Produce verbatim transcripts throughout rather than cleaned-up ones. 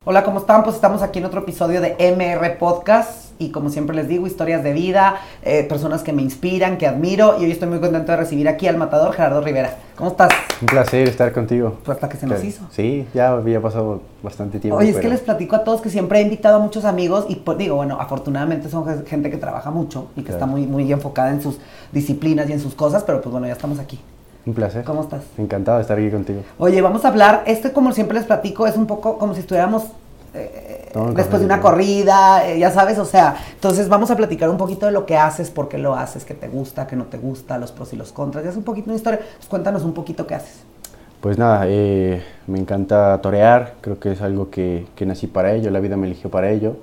Hola, ¿cómo están? Pues estamos aquí en otro episodio de M R Podcast y como siempre les digo, historias de vida, eh, personas que me inspiran, que admiro, y hoy estoy muy contento de recibir aquí al matador Gerardo Rivera. ¿Cómo estás? Un placer estar contigo. Pues hasta que se nos hizo. Sí, ya había pasado bastante tiempo. Oye, es pero... que les platico a todos que siempre he invitado a muchos amigos y pues, digo, bueno, afortunadamente son gente que trabaja mucho y que Claro. está muy, muy enfocada en sus disciplinas y en sus cosas, pero pues bueno, ya estamos aquí. Un placer. ¿Cómo estás? Encantado de estar aquí contigo. Oye, vamos a hablar, este como siempre les platico, es un poco como si estuviéramos eh, después de una corrida, eh, ya sabes, o sea, entonces vamos a platicar un poquito de lo que haces, por qué lo haces, qué te gusta, qué no te gusta, los pros y los contras, ya es un poquito una historia, pues cuéntanos un poquito qué haces. Pues nada, eh, me encanta torear, creo que es algo que, que nací para ello, la vida me eligió para ello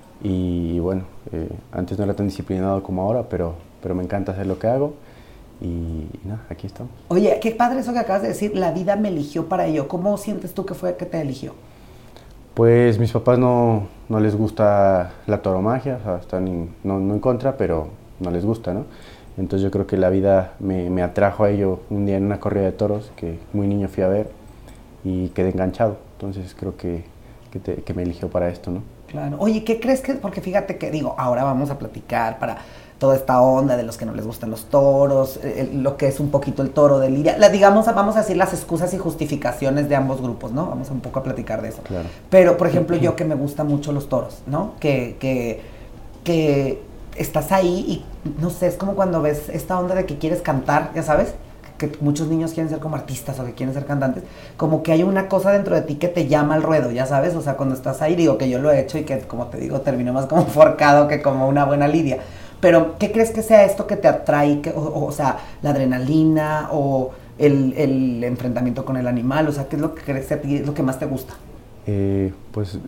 y bueno, eh, antes no era tan disciplinado como ahora, pero, pero me encanta hacer lo que hago. Y, y nada, aquí estamos. Oye, qué padre eso que acabas de decir, la vida me eligió para ello. ¿Cómo sientes tú que fue que te eligió? Pues mis papás no, no les gusta la tauromaquia, o sea, están en, no, no en contra, pero no les gusta, ¿no? Entonces yo creo que la vida me, me atrajo a ello un día en una corrida de toros que muy niño fui a ver y quedé enganchado. Entonces creo que, que, te, que me eligió para esto, ¿no? Claro. Oye, ¿qué crees que...? Porque fíjate que, digo, ahora vamos a platicar para toda esta onda de los que no les gustan los toros, el, lo que es un poquito el toro de lidia. La, digamos, vamos a decir las excusas y justificaciones de ambos grupos, ¿no? Vamos a un poco a platicar de eso. Claro. Pero, por ejemplo, yo que me gustan mucho los toros, ¿no? Que, que, que estás ahí y, no sé, es como cuando ves esta onda de que quieres cantar, ya sabes, que muchos niños quieren ser como artistas o que quieren ser cantantes, como que hay una cosa dentro de ti que te llama al ruedo, ya sabes, o sea, cuando estás ahí, digo que yo lo he hecho y que, como te digo, terminó más como forcado que como una buena lidia, pero ¿qué crees que sea esto que te atrae? Que, o, o, o sea, la adrenalina o el, el enfrentamiento con el animal, o sea, ¿qué es lo que crees que a ti es lo que más te gusta? Eh, pues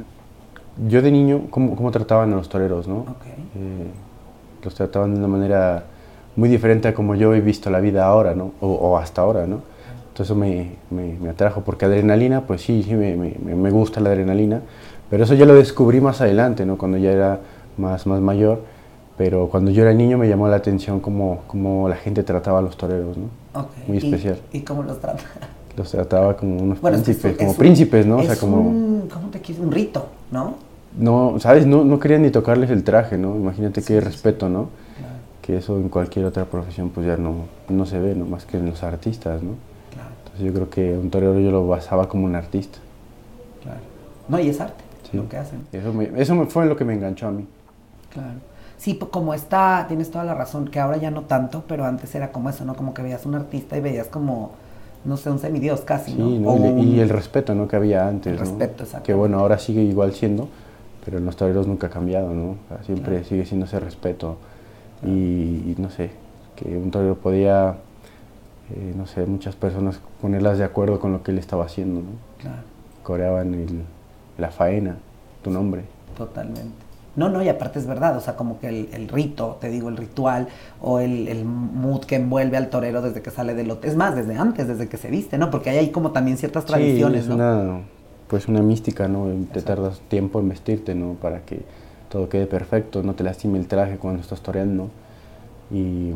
yo de niño, ¿cómo, cómo trataban a los toreros, no? Okay. Eh, los trataban de una manera muy diferente a como yo he visto la vida ahora, ¿no? O, o hasta ahora, ¿no? Entonces eso me, me, me atrajo, porque adrenalina, pues sí, sí me, me, me gusta la adrenalina, pero eso ya lo descubrí más adelante, ¿no? Cuando ya era más, más mayor, pero cuando yo era niño me llamó la atención cómo, cómo la gente trataba a los toreros, ¿no? Okay. Muy especial. ¿Y, y cómo los trata? Los trataba como unos bueno, príncipes, es que es como un, príncipes, ¿no? Es o sea, como... un, ¿cómo te quieres? Un rito, ¿no? No, ¿sabes? No, no querían ni tocarles el traje, ¿no? Imagínate Sí, qué sí, respeto, sí. ¿no? Claro. Que eso en cualquier otra profesión pues ya no, no se ve, ¿no? Más que en los artistas, ¿no? Claro. Entonces yo creo que un torero yo lo basaba como un artista. Claro. No, y es arte, Sí. lo que hacen. Eso, me, eso me fue lo que me enganchó a mí. Claro. Sí, como está, tienes toda la razón, que ahora ya no tanto, pero antes era como eso, ¿no? Como que veías un artista y veías como, no sé, un semidios casi, ¿no? Sí, ¿no? O Y, un, y el respeto, ¿no? Que había antes, el ¿no? respeto, exacto. Que bueno, ahora sigue igual siendo, pero en los toreros nunca ha cambiado, ¿no? O sea, siempre Claro. sigue siendo ese respeto. Claro. Y, y no sé, que un torero podía, eh, no sé, muchas personas ponerlas de acuerdo con lo que él estaba haciendo, ¿no? Claro. Coreaban el, la faena, tu nombre. Totalmente. No, no, y aparte es verdad, o sea, como que el, el rito, te digo, el ritual o el, el mood que envuelve al torero desde que sale del lote, es más, desde antes, desde que se viste, ¿no? Porque hay ahí como también ciertas tradiciones, sí, es ¿no? una, pues una mística, ¿no? Te Exacto. tardas tiempo en vestirte, ¿no? Para que todo quede perfecto, no te lastime el traje cuando estás toreando. Y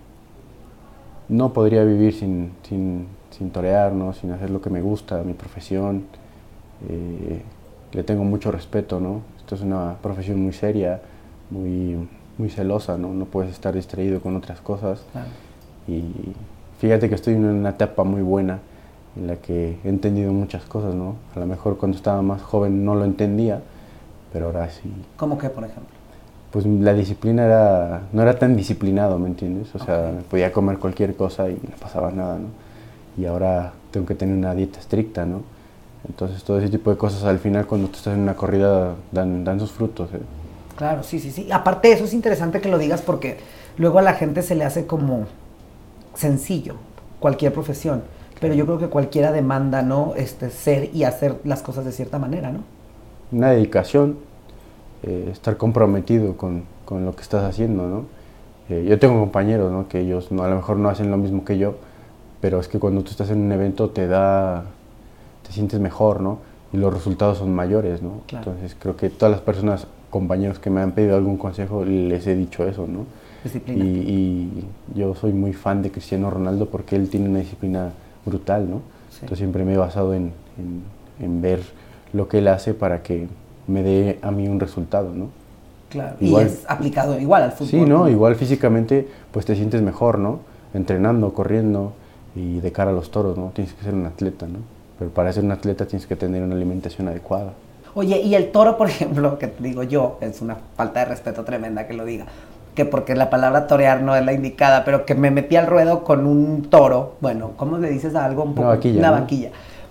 no podría vivir sin, sin, sin torear, ¿no? Sin hacer lo que me gusta, mi profesión. Eh, le tengo mucho respeto, ¿no? Esto es una profesión muy seria, muy, muy celosa, ¿no? No puedes estar distraído con otras cosas. Claro. Y fíjate que estoy en una etapa muy buena en la que he entendido muchas cosas, ¿no? A lo mejor cuando estaba más joven no lo entendía, pero ahora sí. ¿Cómo qué, por ejemplo? Pues la disciplina era, no era tan disciplinado, ¿me entiendes? O Ok. sea, podía comer cualquier cosa y no pasaba nada, ¿no? Y ahora tengo que tener una dieta estricta, ¿no? Entonces todo ese tipo de cosas al final cuando tú estás en una corrida dan, dan sus frutos, ¿eh? Claro, sí, sí, sí. Aparte de eso es interesante que lo digas porque luego a la gente se le hace como sencillo cualquier profesión, pero yo creo que cualquiera demanda, ¿no? Este, ser y hacer las cosas de cierta manera, ¿no? Una dedicación, eh, estar comprometido con, con lo que estás haciendo, ¿no? Eh, yo tengo compañeros, ¿no? Que ellos no, a lo mejor no hacen lo mismo que yo, pero es que cuando tú estás en un evento te da, te sientes mejor, ¿no? Y los resultados son mayores, ¿no? Claro. Entonces creo que todas las personas, compañeros que me han pedido algún consejo, les he dicho eso, ¿no? Disciplina. Y, y yo soy muy fan de Cristiano Ronaldo porque él tiene una disciplina brutal, ¿no? Sí. Entonces siempre me he basado en, en, en ver lo que él hace para que me dé a mí un resultado, ¿no? Claro, Igual, y es aplicado igual al fútbol. Sí, ¿no? Igual físicamente pues te sientes mejor, ¿no? Entrenando, corriendo y de cara a los toros, ¿no? Tienes que ser un atleta, ¿no? Pero para ser un atleta tienes que tener una alimentación adecuada. Oye, y el toro, por ejemplo, que te digo yo, es una falta de respeto tremenda que lo diga, que porque la palabra torear no es la indicada, pero que me metí al ruedo con un toro, bueno, ¿cómo le dices a algo? Un poco, una vaquilla. Una ¿no? vaquilla.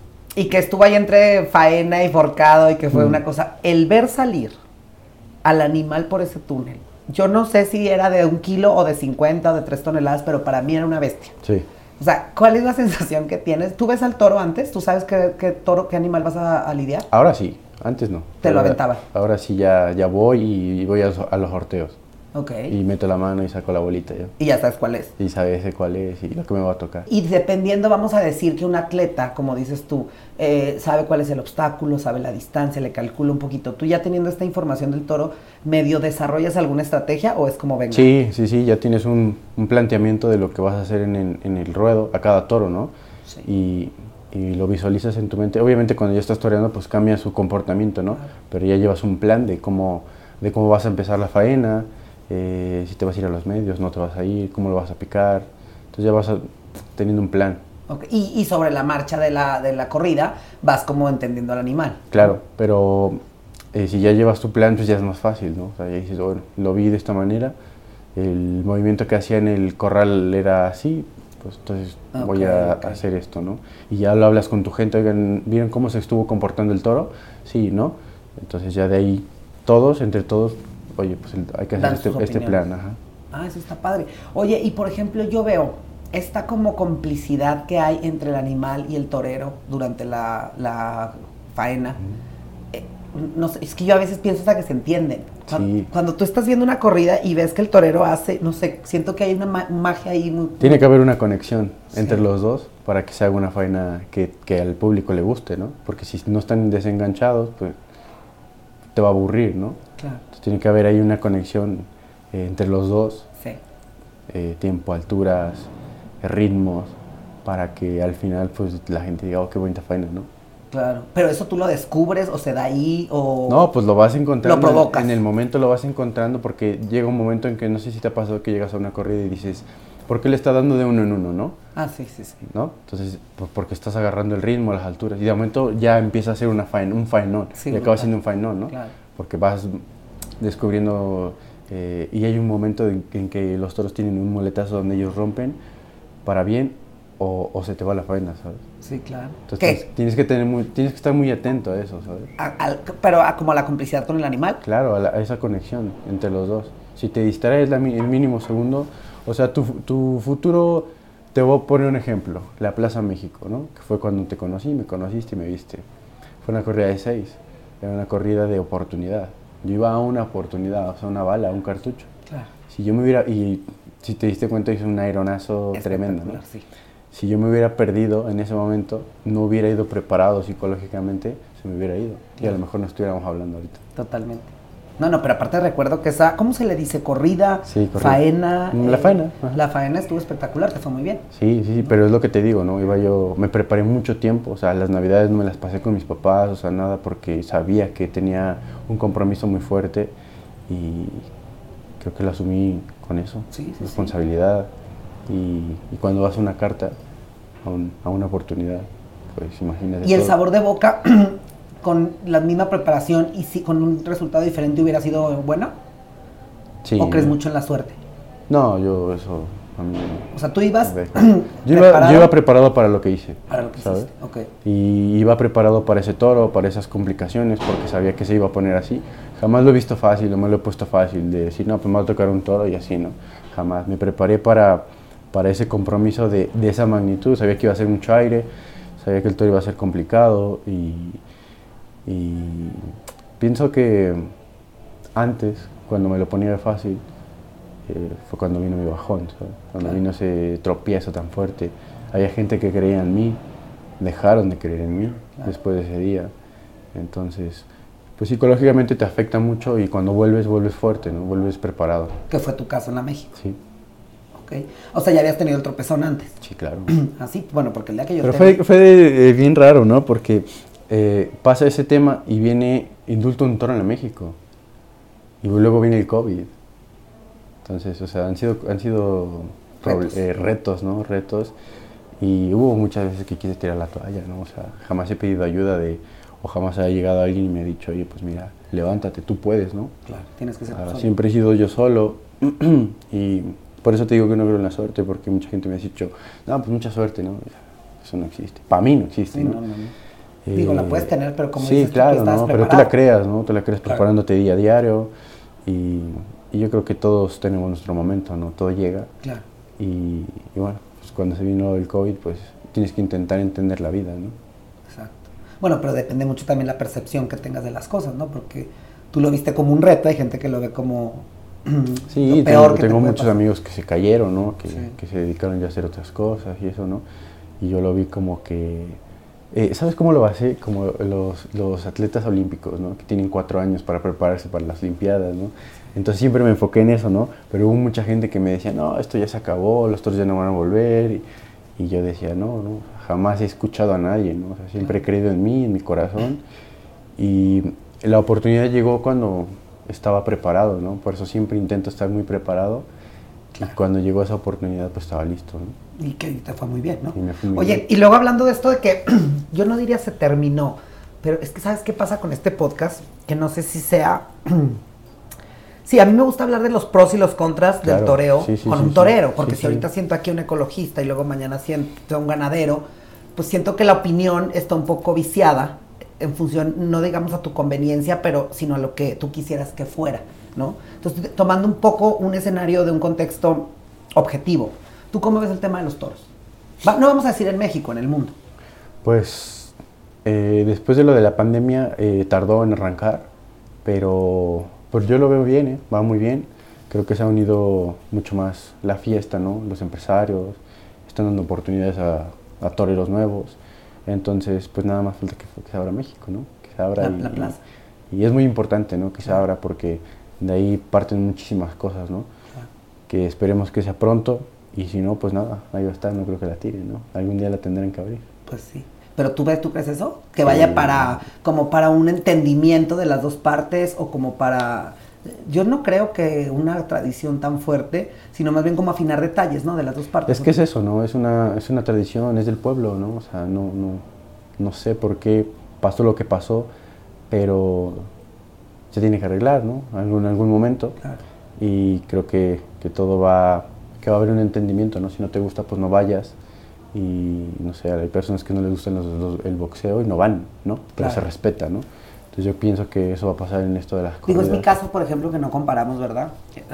Y que estuvo ahí entre faena y forcado y que fue mm. una cosa, el ver salir al animal por ese túnel, yo no sé si era de un kilo o de cincuenta o de tres toneladas, pero para mí era una bestia. Sí. O sea, ¿cuál es la sensación que tienes? ¿Tú ves al toro antes? ¿Tú sabes qué, qué toro, qué animal vas a, a lidiar? Ahora sí, antes no. Te ahora, lo aventaba. Ahora sí ya, ya voy y voy a, a los sorteos. Ok. Y meto la mano y saco la bolita ya. Y ya sabes cuál es. Y sabes de cuál es y lo que me va a tocar. Y dependiendo, vamos a decir que un atleta, como dices tú, eh, sabe cuál es el obstáculo, sabe la distancia, le calcula un poquito. ¿Tú ya teniendo esta información del toro, medio desarrollas alguna estrategia o es como venga? Sí, sí, sí, ya tienes un, un planteamiento de lo que vas a hacer en el, en el ruedo a cada toro, ¿no? Sí. Y, y lo visualizas en tu mente. Obviamente cuando ya estás toreando, pues cambia su comportamiento, ¿no? Claro. Pero ya llevas un plan de cómo, de cómo vas a empezar la faena. Eh, si te vas a ir a los medios, no te vas a ir, cómo lo vas a picar, entonces ya vas a, teniendo un plan. Okay. Y, y sobre la marcha de la, de la corrida vas como entendiendo al animal. Claro, pero eh, si ya llevas tu plan, pues ya es más fácil, ¿no? O sea, ya dices, bueno, lo vi de esta manera, el movimiento que hacía en el corral era así, pues entonces okay, voy a okay. hacer esto, ¿no? Y ya lo hablas con tu gente, oigan, ¿vieron cómo se estuvo comportando el toro? Sí, ¿no? Entonces ya de ahí todos, entre todos, oye, pues hay que hacer este, este plan. Ajá. Ah, eso está padre. Oye, y por ejemplo, yo veo esta como complicidad que hay entre el animal y el torero durante la, la faena. Mm. Eh, no sé, es que yo a veces pienso hasta que se entienden. Cuando, sí. cuando tú estás viendo una corrida y ves que el torero hace, no sé, siento que hay una ma magia ahí. Muy, Tiene que haber una conexión sí. entre los dos para que se haga una faena que, que al público le guste, ¿no? Porque si no están desenganchados, pues te va a aburrir, ¿no? Claro. Entonces tiene que haber ahí una conexión eh, entre los dos, sí. eh, tiempo, alturas, eh, ritmos, para que al final pues la gente diga, oh, qué bonita faena, ¿no? Claro, pero eso tú lo descubres o se da ahí o... No, pues lo vas encontrando, lo provocas. En el momento lo vas encontrando porque llega un momento en que no sé si te ha pasado que llegas a una corrida y dices, ¿por qué le está dando de uno en uno, no? Ah, sí, sí, sí. ¿No? Entonces, pues porque estás agarrando el ritmo, las alturas, y de momento ya empieza a ser una faena, un faenón, sí, y acaba siendo un faenón, ¿no? Claro. Porque vas descubriendo, eh, y hay un momento en, en que los toros tienen un muletazo donde ellos rompen para bien o, o se te va la faena, ¿sabes? Sí, claro. Entonces tienes, tienes, que tener muy, tienes que estar muy atento a eso, ¿sabes? A, a, pero a, como a la complicidad con el animal. Claro, a, la, a esa conexión entre los dos. Si te distraes la, el mínimo segundo, o sea, tu, tu futuro, te voy a poner un ejemplo, la Plaza México, ¿no? Que fue cuando te conocí, me conociste y me viste. Fue una corrida de seis, era una corrida de oportunidad. Yo iba a una oportunidad, o sea, una bala, un cartucho. Claro. Si yo me hubiera, y si te diste cuenta, hice un aeronazo tremendo, ¿no? Sí. Si yo me hubiera perdido en ese momento, no hubiera ido preparado psicológicamente, se me hubiera ido. Claro. Y a lo mejor no estuviéramos hablando ahorita. Totalmente. No, no, pero aparte recuerdo que esa, ¿cómo se le dice? Corrida, sí, faena. La eh, faena. Ajá. La faena estuvo espectacular, te fue muy bien. Sí, sí, sí, pero es lo que te digo, ¿no? Iba yo, me preparé mucho tiempo, o sea, las navidades no me las pasé con mis papás, o sea, nada, porque sabía que tenía un compromiso muy fuerte y creo que lo asumí con eso, sí, sí, responsabilidad. Sí. Y, y cuando vas a una carta, a, un, a una oportunidad, pues imagínate. Y el todo. Sabor de boca, con la misma preparación y si con un resultado diferente hubiera sido bueno. Sí. ¿O crees mucho en la suerte? No, yo eso a mí. O sea, tú ibas. yo, iba, yo iba preparado para lo que hice. Para lo que ¿sabes? hiciste, ok. Y iba preparado para ese toro, para esas complicaciones, porque sabía que se iba a poner así. Jamás lo he visto fácil, no me lo he puesto fácil de decir, no, pues me va a tocar un toro y así, ¿no? Jamás. Me preparé para, para ese compromiso de, de esa magnitud. Sabía que iba a ser mucho aire, sabía que el toro iba a ser complicado y, y pienso que antes, cuando me lo ponía fácil, eh, fue cuando vino mi bajón, ¿sabes? Cuando claro. vino ese tropiezo tan fuerte. Había gente que creía en mí, dejaron de creer en mí claro. después de ese día. Entonces, pues psicológicamente te afecta mucho y cuando vuelves, vuelves fuerte, ¿no? Vuelves preparado. ¿Qué fue tu caso en la México? Sí. Okay. O sea, ya habías tenido el tropezón antes. Sí, claro. Así, bueno, porque el día que yo... Pero te... fue, fue eh, bien raro, ¿no? Porque eh, pasa ese tema y viene indulto un toro en México. Y luego viene el COVID. Entonces, o sea, han sido, han sido retos. Eh, retos, ¿no? Retos. Y hubo muchas veces que quise tirar la toalla, ¿no? O sea, jamás he pedido ayuda de, o jamás ha llegado alguien y me ha dicho, oye, pues mira, levántate, tú puedes, ¿no? Claro, tienes que ser ah, solo. Siempre he sido yo solo y por eso te digo que no creo en la suerte, porque mucha gente me ha dicho, no, pues mucha suerte, ¿no? Eso no existe. Para mí no existe, sí, ¿no? no, no, no. Eh, Digo, la puedes tener, pero como sí, dices claro, tú, ¿no? Pero tú la creas, ¿no? Tú la creas claro. Preparándote día a diario y, y yo creo que todos tenemos nuestro momento, ¿no? Todo llega. Claro. Y, y bueno, pues cuando se vino el COVID, pues tienes que intentar entender la vida, ¿no? Exacto. Bueno, pero depende mucho también la percepción que tengas de las cosas, ¿no? Porque tú lo viste como un reto, hay gente que lo ve como sí, lo peor tengo, que tengo muchos pasar. amigos que se cayeron, ¿no? Que, sí. que se dedicaron ya a hacer otras cosas y eso, ¿no? Y yo lo vi como que... Eh, ¿Sabes cómo lo basé? Como los, los atletas olímpicos, ¿no? Que tienen cuatro años para prepararse para las Olimpiadas, ¿no? Entonces siempre me enfoqué en eso, ¿no? Pero hubo mucha gente que me decía, no, esto ya se acabó, los toros ya no van a volver. Y, y yo decía, no, no, jamás he escuchado a nadie, ¿no? O sea, siempre he creído en mí, en mi corazón. Y la oportunidad llegó cuando estaba preparado, ¿no? Por eso siempre intento estar muy preparado. Claro. Y cuando llegó esa oportunidad, pues estaba listo, ¿no? Y que te fue muy bien, ¿no? Y me fue muy Oye, bien. Y luego hablando de esto de que, yo no diría se terminó, pero es que ¿sabes qué pasa con este podcast? Que no sé si sea... sí, a mí me gusta hablar de los pros y los contras Claro. del toreo sí, sí, con sí, un torero, sí, porque sí, si sí. ahorita siento aquí a un ecologista y luego mañana siento a un ganadero, pues siento que la opinión está un poco viciada en función, no digamos a tu conveniencia, pero sino a lo que tú quisieras que fuera, ¿no? Entonces, tomando un poco un escenario de un contexto objetivo, ¿tú cómo ves el tema de los toros? Va, no vamos a decir en México, en el mundo. Pues eh, después de lo de la pandemia eh, tardó en arrancar, pero pues yo lo veo bien, ¿eh? Va muy bien. Creo que se ha unido mucho más la fiesta, ¿no? Los empresarios están dando oportunidades a, a toreros nuevos. Entonces, pues nada más falta que, que se abra México, ¿no? Que se abra La, y, la plaza. Y, y es muy importante, ¿no? Que se abra porque de ahí parten muchísimas cosas, ¿no? Claro. Que esperemos que sea pronto y si no, pues nada, ahí va a estar, no creo que la tiren, ¿no? Algún día la tendrán que abrir. Pues sí. ¿Pero tú ves, tú crees eso? ¿Que vaya sí. para, como para un entendimiento de las dos partes o como para... Yo no creo que una tradición tan fuerte, sino más bien como afinar detalles, ¿no? De las dos partes. Es que es eso, ¿no? Es una, es una tradición, es del pueblo, ¿no? O sea, no, no, no sé por qué pasó lo que pasó, pero se tiene que arreglar, ¿no? En algún momento. Claro. Y creo que, que todo va, que va a haber un entendimiento, ¿no? Si no te gusta, pues no vayas. Y no sé, hay personas que no les gusta los, los, el boxeo y no van, ¿no? Pero claro. se respeta, ¿no? Entonces yo pienso que eso va a pasar en esto de las corridas. Digo, es mi caso, por ejemplo, que no comparamos, ¿verdad?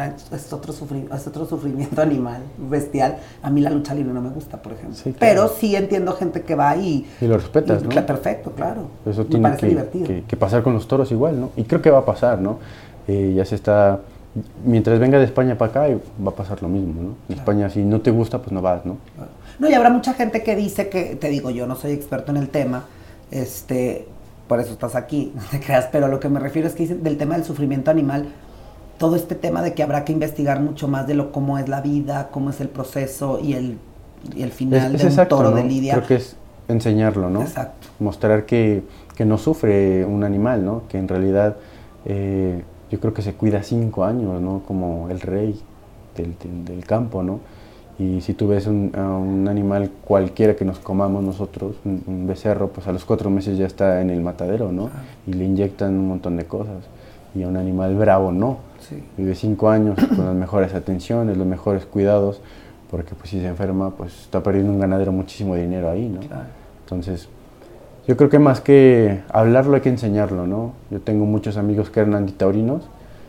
Es otro, sufri es otro sufrimiento animal, bestial. A mí la lucha libre no me gusta, por ejemplo. Sí, claro. Pero sí entiendo gente que va y... Y lo respetas, y, ¿no? Claro, perfecto, claro. Eso me tiene parece que, divertido. Que, que pasar con los toros igual, ¿no? Y creo que va a pasar, ¿no? Eh, ya se está... Mientras venga de España para acá, va a pasar lo mismo, ¿no? En claro. España, si no te gusta, pues no vas, ¿no? Claro. No, y habrá mucha gente que dice que, te digo, yo no soy experto en el tema, este, por eso estás aquí, no te creas, pero lo que me refiero es que dicen del tema del sufrimiento animal, todo este tema de que habrá que investigar mucho más de lo cómo es la vida, cómo es el proceso y el, y el final es, es de un exacto, toro ¿no? de lidia. Creo que es enseñarlo, ¿no? Exacto. Mostrar que, que no sufre un animal, ¿no? Que en realidad eh, yo creo que se cuida cinco años, ¿no? Como el rey del, del, del campo, ¿no? Y si tú ves un, a un animal cualquiera que nos comamos nosotros, un, un becerro, pues a los cuatro meses ya está en el matadero, ¿no? Ah. Y le inyectan un montón de cosas. Y a un animal bravo no. Sí. Vive cinco años con las mejores atenciones, los mejores cuidados, porque pues si se enferma, pues está perdiendo un ganadero muchísimo dinero ahí, ¿no? Claro. Entonces, yo creo que más que hablarlo hay que enseñarlo, ¿no? Yo tengo muchos amigos que eran antitaurinos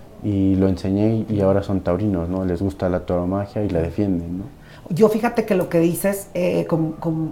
y lo enseñé y ahora son taurinos, ¿no? Les gusta la tauromaquia y la defienden, ¿no? Yo fíjate que lo que dices, eh, con, con,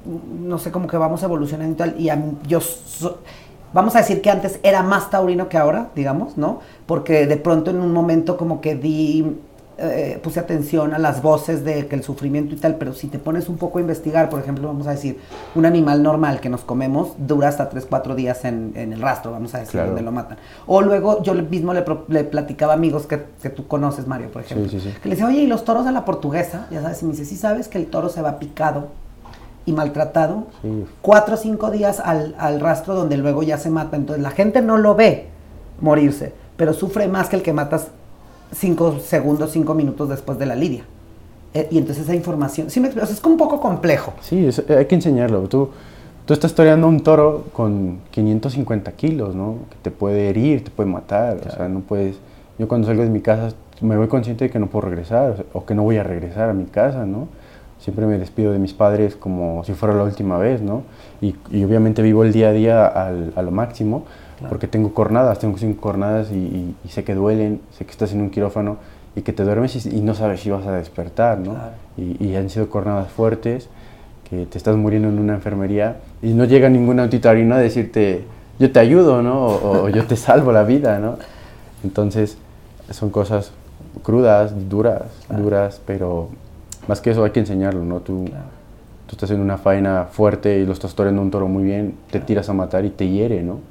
no sé, como que vamos evolucionando y tal, y a mí, yo, so, vamos a decir que antes era más taurino que ahora, digamos, ¿no? Porque de pronto en un momento como que di, eh, puse atención a las voces de que el sufrimiento y tal, pero si te pones un poco a investigar, por ejemplo, vamos a decir, un animal normal que nos comemos dura hasta tres, cuatro días en, en el rastro, vamos a decir, claro. donde lo matan. O luego yo mismo le, le platicaba a amigos que, que tú conoces, Mario, por ejemplo, sí, sí, sí. que le decía, oye, ¿y los toros a la portuguesa? Ya sabes, y me dice, sí sabes que el toro se va picado y maltratado, Sí. cuatro o cinco días al, al rastro donde luego ya se mata. Entonces la gente no lo ve morirse, pero sufre más que el que matas cinco segundos, cinco minutos después de la lidia. Eh, y entonces esa información, sí me explico, o sea, es como un poco complejo. Sí, es- hay que enseñarlo. Tú, tú estás toreando un toro con quinientos cincuenta kilos, ¿no? Que te puede herir, te puede matar, Claro. o sea, no puedes... Yo cuando salgo de mi casa me voy consciente de que no puedo regresar, o sea, o que no voy a regresar a mi casa, ¿no? Siempre me despido de mis padres como si fuera la última vez, ¿no? Y, y obviamente vivo el día a día al, a lo máximo, Claro. porque tengo cornadas, tengo cinco cornadas y, y, y sé que duelen, sé que estás en un quirófano y que te duermes y, y no sabes si vas a despertar, ¿no? Claro. Y, y han sido cornadas fuertes, que te estás muriendo en una enfermería y no llega ningún autitaurino a decirte, yo te ayudo, ¿no? O, o yo te salvo la vida, ¿no? Entonces, son cosas crudas, duras, Claro. duras, pero más que eso hay que enseñarlo, ¿no? Tú, Claro. tú estás en una faena fuerte y lo estás toreando un toro muy bien, te Claro. tiras a matar y te hiere, ¿no?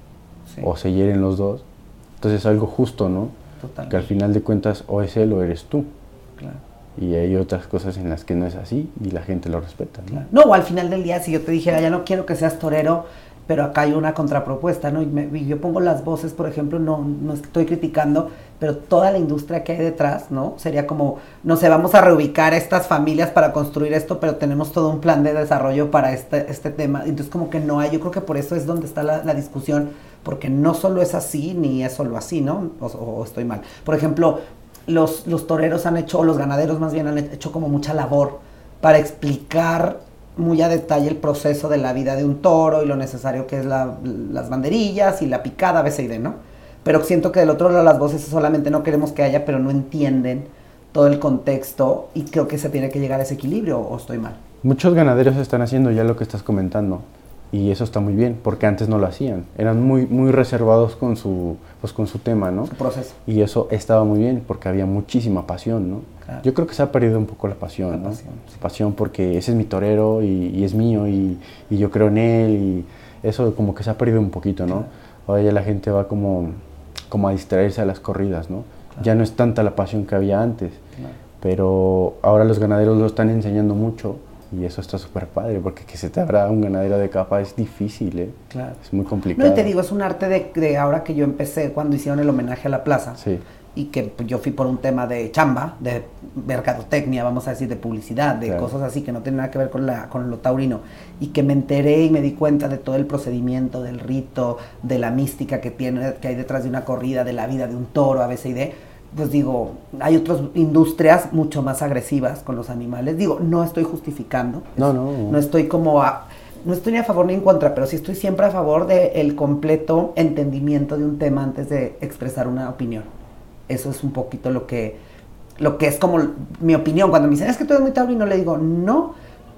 Sí, O se hieren los dos. Entonces es algo justo, ¿no? totalmente. Que al final de cuentas o es él o eres tú. Claro. Y hay otras cosas en las que no es así y la gente lo respeta, ¿no? Claro. No, o al final del día, si yo te dijera, ya no quiero que seas torero, pero acá hay una contrapropuesta, ¿no? Y, me- y yo pongo las voces, por ejemplo, no, no estoy criticando, pero toda la industria que hay detrás, ¿no? Sería como, no sé, vamos a reubicar a estas familias para construir esto, pero tenemos todo un plan de desarrollo para este, este tema. Entonces, como que no hay, yo creo que por eso es donde está la, la discusión, porque no solo es así, ni es solo así, ¿no? O, o estoy mal. Por ejemplo, los, los toreros han hecho, o los ganaderos más bien han hecho como mucha labor para explicar muy a detalle el proceso de la vida de un toro y lo necesario que es la, las banderillas y la picada, B C y D, ¿no? Pero siento que del otro lado las voces solamente no queremos que haya, pero no entienden todo el contexto y creo que se tiene que llegar a ese equilibrio, ¿o estoy mal? Muchos ganaderos están haciendo ya lo que estás comentando y eso está muy bien porque antes no lo hacían. Eran muy, muy reservados con su, pues, con su tema, ¿no? Su proceso. Y eso estaba muy bien porque había muchísima pasión, ¿no? Claro. Yo creo que se ha perdido un poco la pasión, La ¿no? pasión, sí. Pasión porque ese es mi torero y, y es mío y, y yo creo en él y eso como que se ha perdido un poquito, ¿no? Claro. Ahora ya la gente va como, como a distraerse a las corridas, ¿no? Claro. Ya no es tanta la pasión que había antes, Claro. pero ahora los ganaderos lo están enseñando mucho y eso está súper padre porque que se te abra un ganadero de capa es difícil, ¿eh? Claro. Es muy complicado. No, y te digo, es un arte de, de ahora que yo empecé cuando hicieron el homenaje a la plaza. Sí. Y que pues, yo fui por un tema de chamba, de mercadotecnia, vamos a decir, de publicidad, de Claro. cosas así que no tienen nada que ver con, la, con lo taurino. Y que me enteré y me di cuenta de todo el procedimiento, del rito, de la mística que tiene, que hay detrás de una corrida, de la vida de un toro, A B C y D. Pues digo, hay otras industrias mucho más agresivas con los animales. Digo, no estoy justificando. No, no. No estoy como a, no estoy ni a favor ni en contra, pero sí estoy siempre a favor del completo entendimiento de un tema antes de expresar una opinión. Eso es un poquito lo que, lo que es como mi opinión. Cuando me dicen, es que tú eres muy taurino, le digo, no,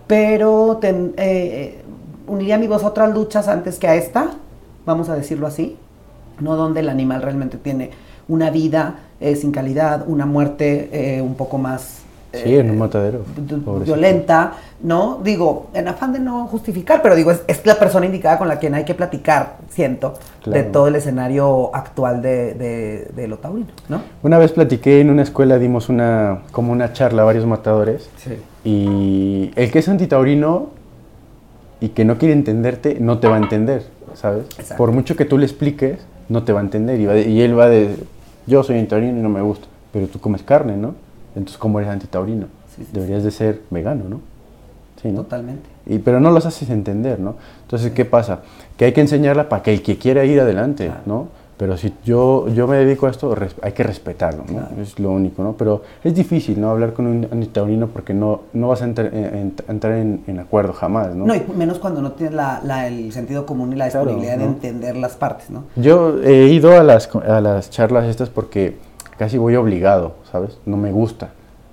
pero ten, eh, uniría mi voz a otras luchas antes que a esta, vamos a decirlo así, no donde el animal realmente tiene una vida eh, sin calidad, una muerte eh, un poco más Sí, en un matadero. Pobrecito. violenta, ¿no? Digo, en afán de no justificar, pero digo, es, es la persona indicada con la quien hay que platicar, siento, Claro. de todo el escenario actual de, de, de lo taurino, ¿no? Una vez platiqué en una escuela, dimos una, como una charla a varios matadores Sí. y el que es antitaurino y que no quiere entenderte, no te va a entender, ¿sabes? Exacto. Por mucho que tú le expliques, no te va a entender y, va de- y él va de, yo soy antitaurino y no me gusta, pero tú comes carne, ¿no? Entonces, ¿cómo eres antitaurino? Sí, sí, Deberías de ser vegano, ¿no? Sí, ¿no? Totalmente. Y, pero no los haces entender, ¿no? Entonces, ¿qué pasa? Que hay que enseñarla para que el que quiera ir adelante, Claro. ¿no? Pero si yo, yo me dedico a esto, res- hay que respetarlo, ¿no? Claro. Es lo único, ¿no? Pero es difícil, ¿no? Hablar con un antitaurino porque no, no vas a entrar en, en- entrar en, en acuerdo jamás, ¿no? No, y menos cuando no tienes la, la- el sentido común y la Claro, disponibilidad ¿no? de entender las partes, ¿no? Yo he ido a las, co- a las charlas estas porque casi voy obligado, ¿sabes? No me gusta.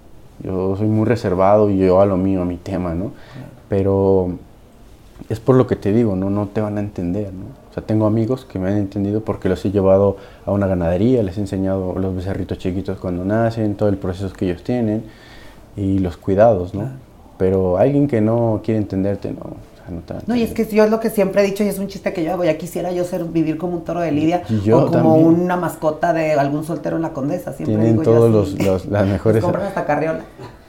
Yo soy muy reservado y yo a lo mío, a mi tema, ¿no? Pero es por lo que te digo, ¿no? No te van a entender, ¿no? O sea, tengo amigos que me han entendido porque los he llevado a una ganadería, les he enseñado los becerritos chiquitos cuando nacen, todo el proceso que ellos tienen y los cuidados, ¿no? Claro. Pero alguien que no quiere entenderte, no, o sea, no te va a No, y es entender. que yo es lo que siempre he dicho y es un chiste que yo hago, ya quisiera yo ser, vivir como un toro de lidia Y yo o como también. una mascota de algún soltero en la Condesa, siempre Tienen digo yo todos así. los, los- las mejores... Les compran hasta carriola.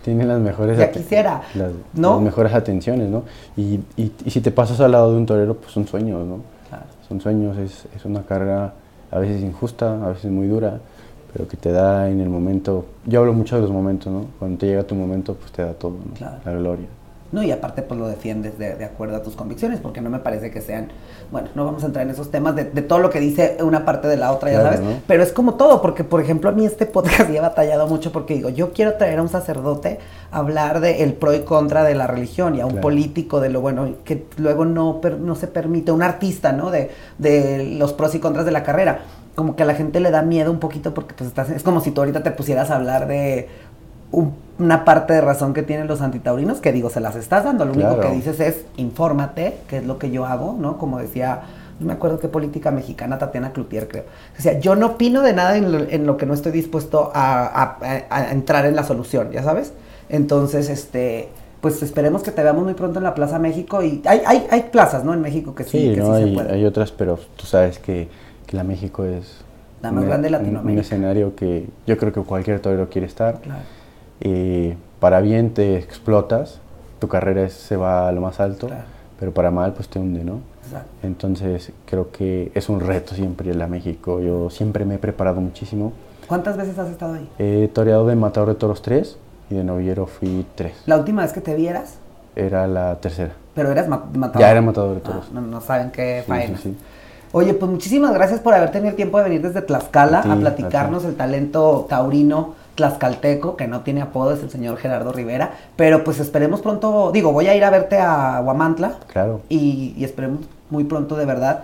tienen las mejores, ya quisiera, las, ¿no? las mejores atenciones, ¿no? Y, y, y si te pasas al lado de un torero, pues son sueños, ¿no? Claro. Son sueños, es, es una carrera a veces injusta, a veces muy dura, pero que te da en el momento. Yo hablo mucho de los momentos, ¿no? Cuando te llega tu momento, pues te da todo, ¿no? Claro. La gloria. No, y aparte pues lo defiendes de, de acuerdo a tus convicciones, porque no me parece que sean, bueno, no vamos a entrar en esos temas de, de todo lo que dice una parte de la otra, ya Claro, sabes, ¿no? pero es como todo, porque por ejemplo a mí este podcast ya he batallado mucho porque digo, yo quiero traer a un sacerdote a hablar de el pro y contra de la religión y a un Claro. político de lo bueno, que luego no, per, no se permite, un artista, ¿no? De, de los pros y contras de la carrera, como que a la gente le da miedo un poquito porque pues estás, es como si tú ahorita te pusieras a hablar de un, una parte de razón que tienen los antitaurinos, que digo, se las estás dando, lo único Claro. que dices es infórmate, que es lo que yo hago, ¿no? Como decía, no me acuerdo qué política mexicana, Tatiana Cloutier, creo. O sea, yo no opino de nada en lo, en lo que no estoy dispuesto a, a, a entrar en la solución, ¿ya sabes? Entonces, este, pues esperemos que te veamos muy pronto en la Plaza México y hay, hay, hay plazas, ¿no? En México que sí, Sí, que no, sí hay, se puede. hay otras, pero tú sabes que, que la México es La más un, grande de un- Latinoamérica. un escenario que yo creo que cualquier torero quiere estar. Claro. Eh, para bien te explotas, tu carrera es- se va a lo más alto, Claro. pero para mal pues te hunde, ¿no? Exacto. Entonces creo que es un reto siempre la México. Yo siempre me he preparado muchísimo. ¿Cuántas veces has estado ahí? He toreado de Matador de Toros tres y de novillero fui tres. La última vez que te vieras, Era la tercera. pero eras ma- matador. Ya era Matador de Ah, Toros. no, no saben qué Sí, faena. sí, sí. Oye, pues muchísimas gracias por haber tenido el tiempo de venir desde Tlaxcala A ti, a platicarnos a ti. el talento taurino tlaxcalteco, que no tiene apodo, es el señor Gerardo Rivera, pero pues esperemos pronto, digo, voy a ir a verte a Huamantla Claro. y, y esperemos muy pronto de verdad,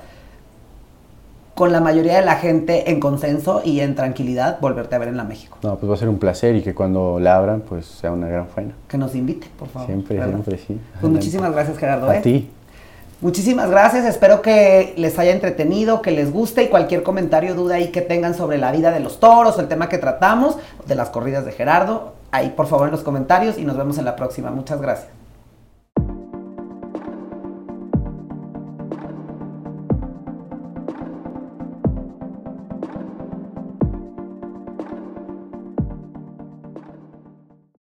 con la mayoría de la gente en consenso y en tranquilidad, volverte a ver en la México. No, pues va a ser un placer y que cuando la abran pues sea una gran faena. Que nos invite, por favor. Siempre, ¿verdad? siempre, sí. Pues Adelante. muchísimas gracias, Gerardo. A ¿eh? ti. Muchísimas gracias, espero que les haya entretenido, que les guste y cualquier comentario, duda ahí que tengan sobre la vida de los toros o el tema que tratamos, de las corridas de Gerardo, ahí por favor en los comentarios y nos vemos en la próxima. Muchas gracias.